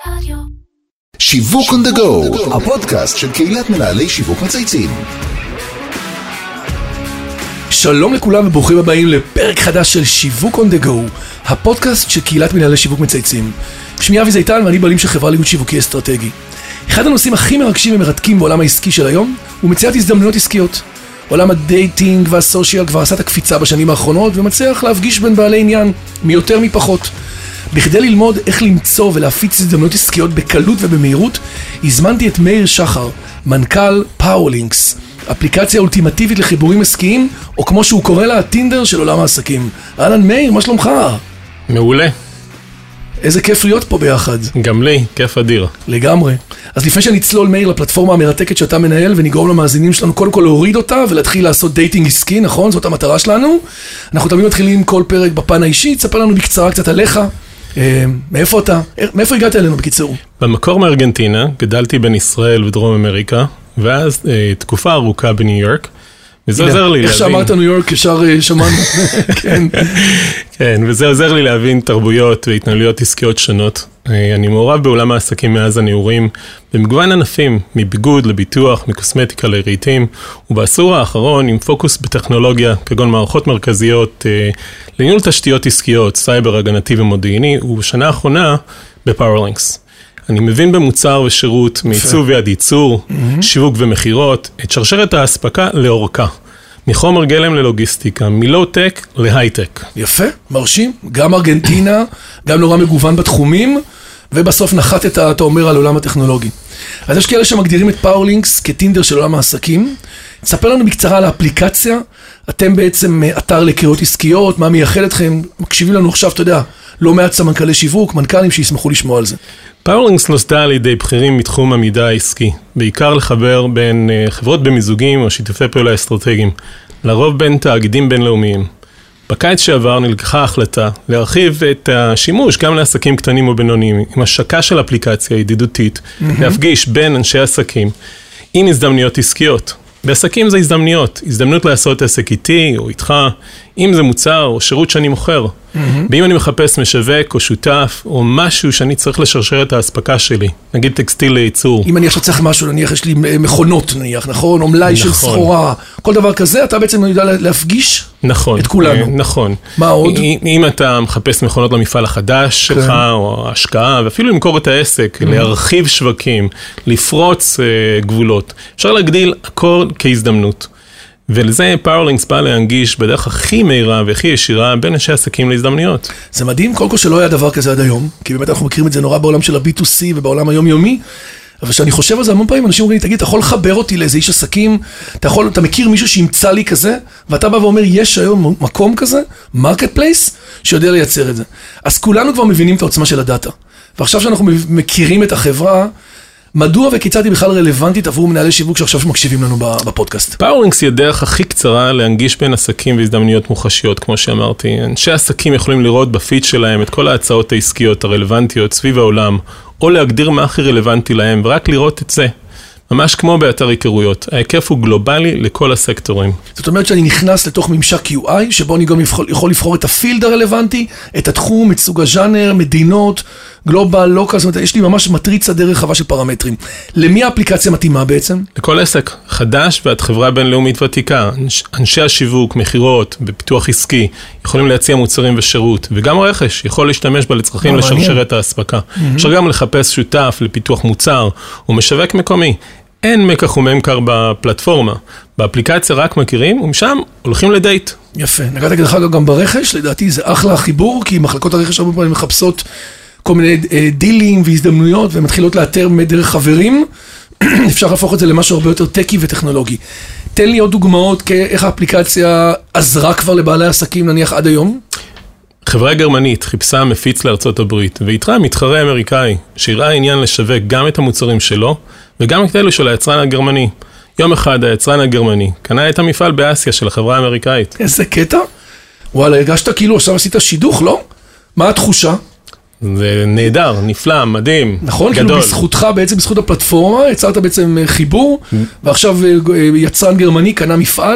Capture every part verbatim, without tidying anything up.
שיווק on the go, הפודקאסט של קהילת מנהלי שיווק מצייצים. שלום לכולם וברוכים הבאים לפרק חדש של שיווק on the go, הפודקאסט של קהילת מנהלי שיווק מצייצים. שמי אבי זיתן ואני בעלים של חברה ליגוד שיווקי אסטרטגי. אחד הנושאים הכי מרגשים ומרתקים בעולם העסקי של היום הוא מציאת הזדמנויות עסקיות. עולם הדייטינג והסושיאל כבר עשה את הקפיצה בשנים האחרונות ומצליח להפגיש בין בעלי עניין מיותר מפחות. בכדי ללמוד איך למצוא ולהפיץ הזדמנויות עסקיות בקלות ובמהירות, הזמנתי את מאיר שחר, מנכ"ל פאורלינקס, אפליקציה אולטימטיבית לחיבורים עסקיים, או כמו שהוא קורא לה, הטינדר של עולם העסקים. אהלן מאיר, מה שלומך? מעולה. איזה כיף להיות פה ביחד. גם לי, כיף אדיר. לגמרי. אז לפני שנצלול מאיר לפלטפורמה המרתקת שאתה מנהל ונגרום למאזינים שלנו קודם כל להוריד אותה ולהתחיל לעשות דייטינג עסקי, נכון? זאת המטרה שלנו. אנחנו תמיד מתחילים כל פרק בפן האישי, תספר לנו בקצרה קצת עליך. מאיפה אתה? מאיפה הגעת אלינו בקיצור? במקור מארגנטינה, גדלתי בין ישראל ודרום אמריקה, ואז תקופה ארוכה בניו יורק, וזה עוזר לי להבין. איך שאמרת ניו יורק, ישר שמענו. כן. כן, וזה עוזר לי להבין תרבויות והתנהלויות עסקיות שונות. אני מעורב בעולם העסקים מאז הנעורים, במגוון ענפים, מביגוד לביטוח, מקוסמטיקה לרהיטים, ובעשור האחרון עם פוקוס בטכנולוגיה, כגון מערכות מרכזיות, לניהול תשתיות עסקיות, סייבר הגנתי ומודיעיני, ובשנה האחרונה בפאורלינקס. אני מבין במוצר ושירות, מעיצוב ועד ייצור, שיווק ומחירות, את שרשרת ההספקה לאורכה. מחומר גלם ללוגיסטיקה, מלואו-טק להיי-טק. יפה, מרשים. גם ארגנטינה, גם נורא מגוון בתחומים, ובסוף נחתת, אתה אומר, על עולם הטכנולוגי. אז יש כאלה שמגדירים את פאורלינקס כטינדר של עולם העסקים. תספר לנו בקצרה על האפליקציה. אתם בעצם אתר לקריאות עסקיות, מה מייחד אתכם? מקשיבים לנו עכשיו, אתה יודע, לא מעט סמנכ"לי שיווק, מנכ"לים שישמחו לשמוע על זה. פאורלינקס נוסדה על ידי בכירים מתחום המידע העסקי, בעיקר לחבר בין חברות במיזוגים או שיתופי פעולה אסטרטגיים, לרוב בין תאגידים בינלאומיים. בקיץ שעבר נלקחה החלטה להרחיב את השימוש גם לעסקים קטנים ובינוניים, עם השקה של אפליקציה ידידותית, mm-hmm. להפגיש בין אנשי עסקים עם הזדמנויות עסקיות. בעסקים זה הזדמנויות, הזדמנות לעשות עסק איתי או איתך, אם זה מוצר או שירות שאני מוכר. Mm-hmm. ואם אני מחפש משווק או שותף או משהו שאני צריך לשרשר את ההספקה שלי, נגיד טקסטיל לייצור. אם אני עכשיו צריך משהו, נניח יש לי מכונות נניח, נכון? או מלאי של סחורה, כל דבר כזה, אתה בעצם יודע להפגיש נכון, את כולנו. נכון. מה עוד? אם אתה מחפש מכונות למפעל החדש שלך, כן. או השקעה, ואפילו למכור את העסק, mm-hmm. להרחיב שווקים, לפרוץ uh, גבולות, אפשר להגדיל הכל כהזדמנות. ולזה פאורלינקס בא להנגיש בדרך הכי מהירה והכי ישירה בין אנשי עסקים להזדמנויות. זה מדהים, קודם כל שלא היה דבר כזה עד היום, כי באמת אנחנו מכירים את זה נורא בעולם של ה-בי טו סי ובעולם היומיומי, אבל שאני חושב על זה המון פעמים, אנשים אומרים, תגיד, אתה יכול לחבר אותי לאיזה איש עסקים, אתה יכול, אתה מכיר מישהו שימצא לי כזה, ואתה בא ואומר, יש היום מקום כזה, מרקט פלייס, שיודע לייצר את זה. אז כולנו כבר מבינים את העוצמה של הדאטה. ועכשיו שאנחנו מכירים את החברה, מדוע וכיצד היא בכלל רלוונטית עבור מנהלי שיווק שעכשיו שמקשיבים לנו בפודקאסט? פאורלינקס היא הדרך הכי קצרה להנגיש בין עסקים והזדמנויות מוחשיות, כמו שאמרתי. אנשי עסקים יכולים לראות בפיד שלהם את כל ההצעות העסקיות הרלוונטיות סביב העולם, או להגדיר מה הכי רלוונטי להם, ורק לראות את זה. ממש כמו באתר היכרויות. ההיקף הוא גלובלי לכל הסקטורים. זאת אומרת שאני נכנס לתוך ממשק יו איי, שבו אני גם יכול לבחור את הפילד הרלוונטי, את התחום, את סוג הז'אנר, מדינות, גלובל, לוקל, זאת אומרת, יש לי ממש מטריצה די רחבה של פרמטרים. למי האפליקציה מתאימה בעצם? לכל עסק חדש ואת חברה בינלאומית ותיקה. אנשי השיווק, מחירות, בפיתוח עסקי, יכולים להציע מוצרים ושירות, וגם רכש יכול להשתמש בה לצרכים לשרשרת ההספקה. אפשר גם לחפש שותף לפיתוח מוצר או משווק מקומי. אין מקח וממכר בפלטפורמה. באפליקציה רק מכירים, ומשם הולכים לדייט. יפה. נגעת דרך אגב גם ברכש, לדעתי זה אחלה חיבור, כי מחלקות הרכש הרבה פעמים מחפשות כל מיני דילים והזדמנויות, ומתחילות לאתר דרך חברים. אפשר להפוך את זה למשהו הרבה יותר טקי וטכנולוגי. תן לי עוד דוגמאות, איך האפליקציה עזרה כבר לבעלי עסקים, נניח עד היום? חברה גרמנית חיפשה מפיץ לארצות הברית, ויתרה מתחרה אמריקאי, שהראה עניין לשווק גם את המוצרים שלו, וגם את אלו של היצרן הגרמני. יום אחד היצרן הגרמני קנה את המפעל באסיה של החברה האמריקאית. איזה קטע? וואלה, הרגשת כאילו עכשיו עשית שידוך, לא? מה התחושה? זה נהדר, נפלא, מדהים, נכון, גדול. כאילו בזכותך, בעצם בזכות הפלטפורמה, יצרת בעצם חיבור, ועכשיו יצרן גרמני קנה מפעל.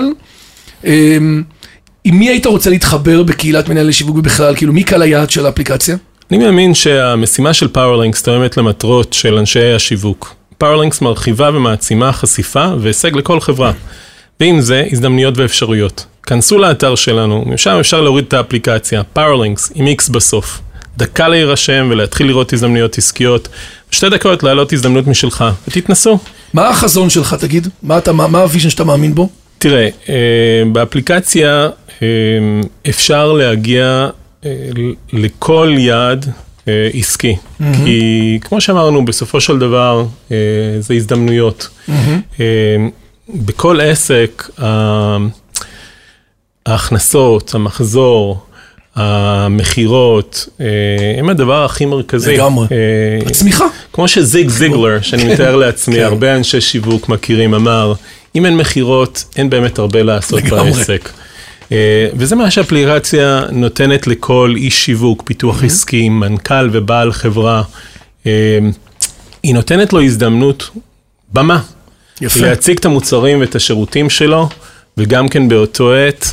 עם מי היית רוצה להתחבר בקהילת מנהלי שיווק בכלל? כאילו, מי קהל היעד של האפליקציה? אני מאמין שהמשימה של פאוורלינקס תואמת למטרות של אנשי השיווק. פאוורלינקס מרחיבה ומעצימה חשיפה והישג לכל חברה. ועם זה, הזדמנויות ואפשרויות. כנסו לאתר שלנו, משם אפשר להוריד את האפליקציה, פאוורלינקס, עם X בסוף. דקה להירשם ולהתחיל לראות הזדמנויות עסקיות. שתי דקות להעלות הזדמנות משלך, ותתנסו. מה החזון שלך, תגיד? מה, אתה, מה, מה הוויז'ן שאתה מאמין בו? תראה, באפליקציה אפשר להגיע לכל יעד עסקי, mm-hmm. כי כמו שאמרנו, בסופו של דבר זה הזדמנויות. Mm-hmm. בכל עסק, ההכנסות, המחזור, המחירות, הם הדבר הכי מרכזי. לגמרי. הצמיחה. כמו שזיג זיגלר, שאני מתאר לעצמי, הרבה אנשי שיווק מכירים, אמר, אם אין מחירות, אין באמת הרבה לעשות בעסק. וזה מה שהאפליקציה נותנת לכל איש שיווק, פיתוח עסקי, מנכ"ל ובעל חברה. היא נותנת לו הזדמנות במה. יפה. להציג את המוצרים ואת השירותים שלו, וגם כן באותו עת,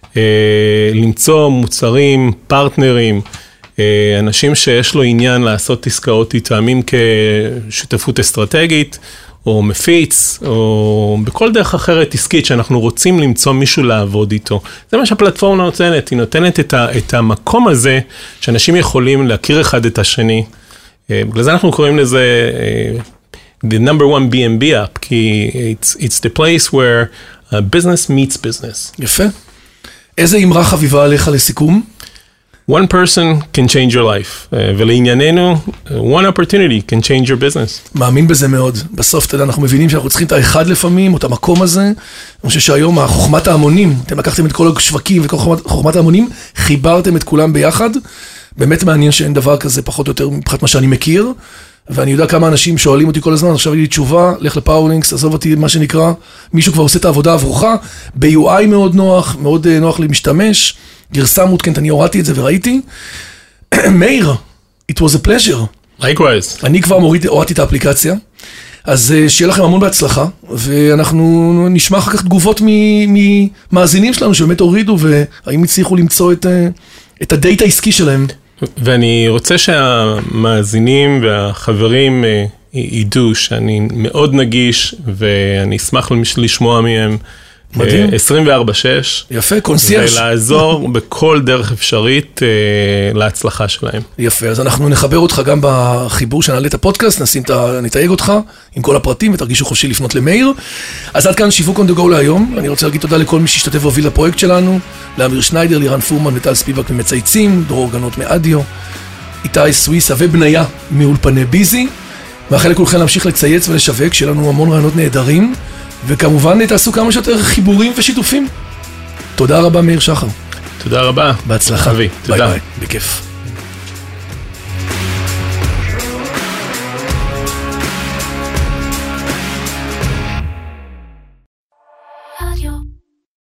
למצוא מוצרים, פרטנרים, אנשים שיש לו עניין לעשות עסקאות איתם כשותפות אסטרטגית, או מפיץ, או בכל דרך אחרת עסקית שאנחנו רוצים למצוא מישהו לעבוד איתו. זה מה שהפלטפורמה נותנת, היא נותנת את, ה, את המקום הזה, שאנשים יכולים להכיר אחד את השני. בגלל זה אנחנו קוראים לזה the number one B M B app, כי it's, it's the place where business meets business. יפה. איזה אמרה חביבה עליך לסיכום? One person can change your life, ולענייננו, one opportunity can change your business. מאמין בזה מאוד. בסוף, אתה יודע, אנחנו מבינים שאנחנו צריכים את האחד לפעמים, או את המקום הזה. אני חושב שהיום, חוכמת ההמונים, אתם לקחתם את כל השווקים וכל חוכמת ההמונים, חיברתם את כולם ביחד. באמת מעניין שאין דבר כזה פחות או יותר מבחינת מה שאני מכיר, ואני יודע כמה אנשים שואלים אותי כל הזמן, עכשיו לי תשובה, לך לפאוורלינקס, עזוב אותי מה שנקרא, מישהו כבר עושה את העבודה עבורך, ב-יו איי מאוד נוח, מאוד נוח למשתמש, גרסה מותקנת, אני הורדתי את זה וראיתי. מאיר, it was a pleasure. Likewise. אני כבר מוריד, הורדתי את האפליקציה, אז שיהיה לכם המון בהצלחה, ואנחנו נשמע אחר כך תגובות ממאזינים שלנו שבאמת הורידו, והאם הצליחו למצוא את, את הדאטה העסקי שלהם. ואני רוצה שהמאזינים והחברים ידעו שאני מאוד נגיש, ואני אשמח לשמוע מהם מדהים. עשרים וארבע שש. יפה, קונסיירש. ולעזור בכל דרך אפשרית להצלחה שלהם. יפה, אז אנחנו נחבר אותך גם בחיבור שנעלה את הפודקאסט, נשים את ה... נתייג אותך עם כל הפרטים, ותרגישו חופשי לפנות למאיר. אז עד כאן שיווק on the go להיום. אני רוצה להגיד תודה לכל מי שהשתתף והוביל לפרויקט שלנו, לאמיר שניידר, לירן פורמן וטל ספיבק ממצייצים, דרור גנות מאדיו, איתי סוויסה ובניה מאולפני ביזי. מאחל לכולכם להמשיך לצייץ ולשווק, שיהיה לנו המון רעיונות נהדרים. וכמובן תעשו כמה שיותר חיבורים ושיתופים. תודה רבה מאיר שחר. תודה רבה. בהצלחה. ביי ביי. בכיף.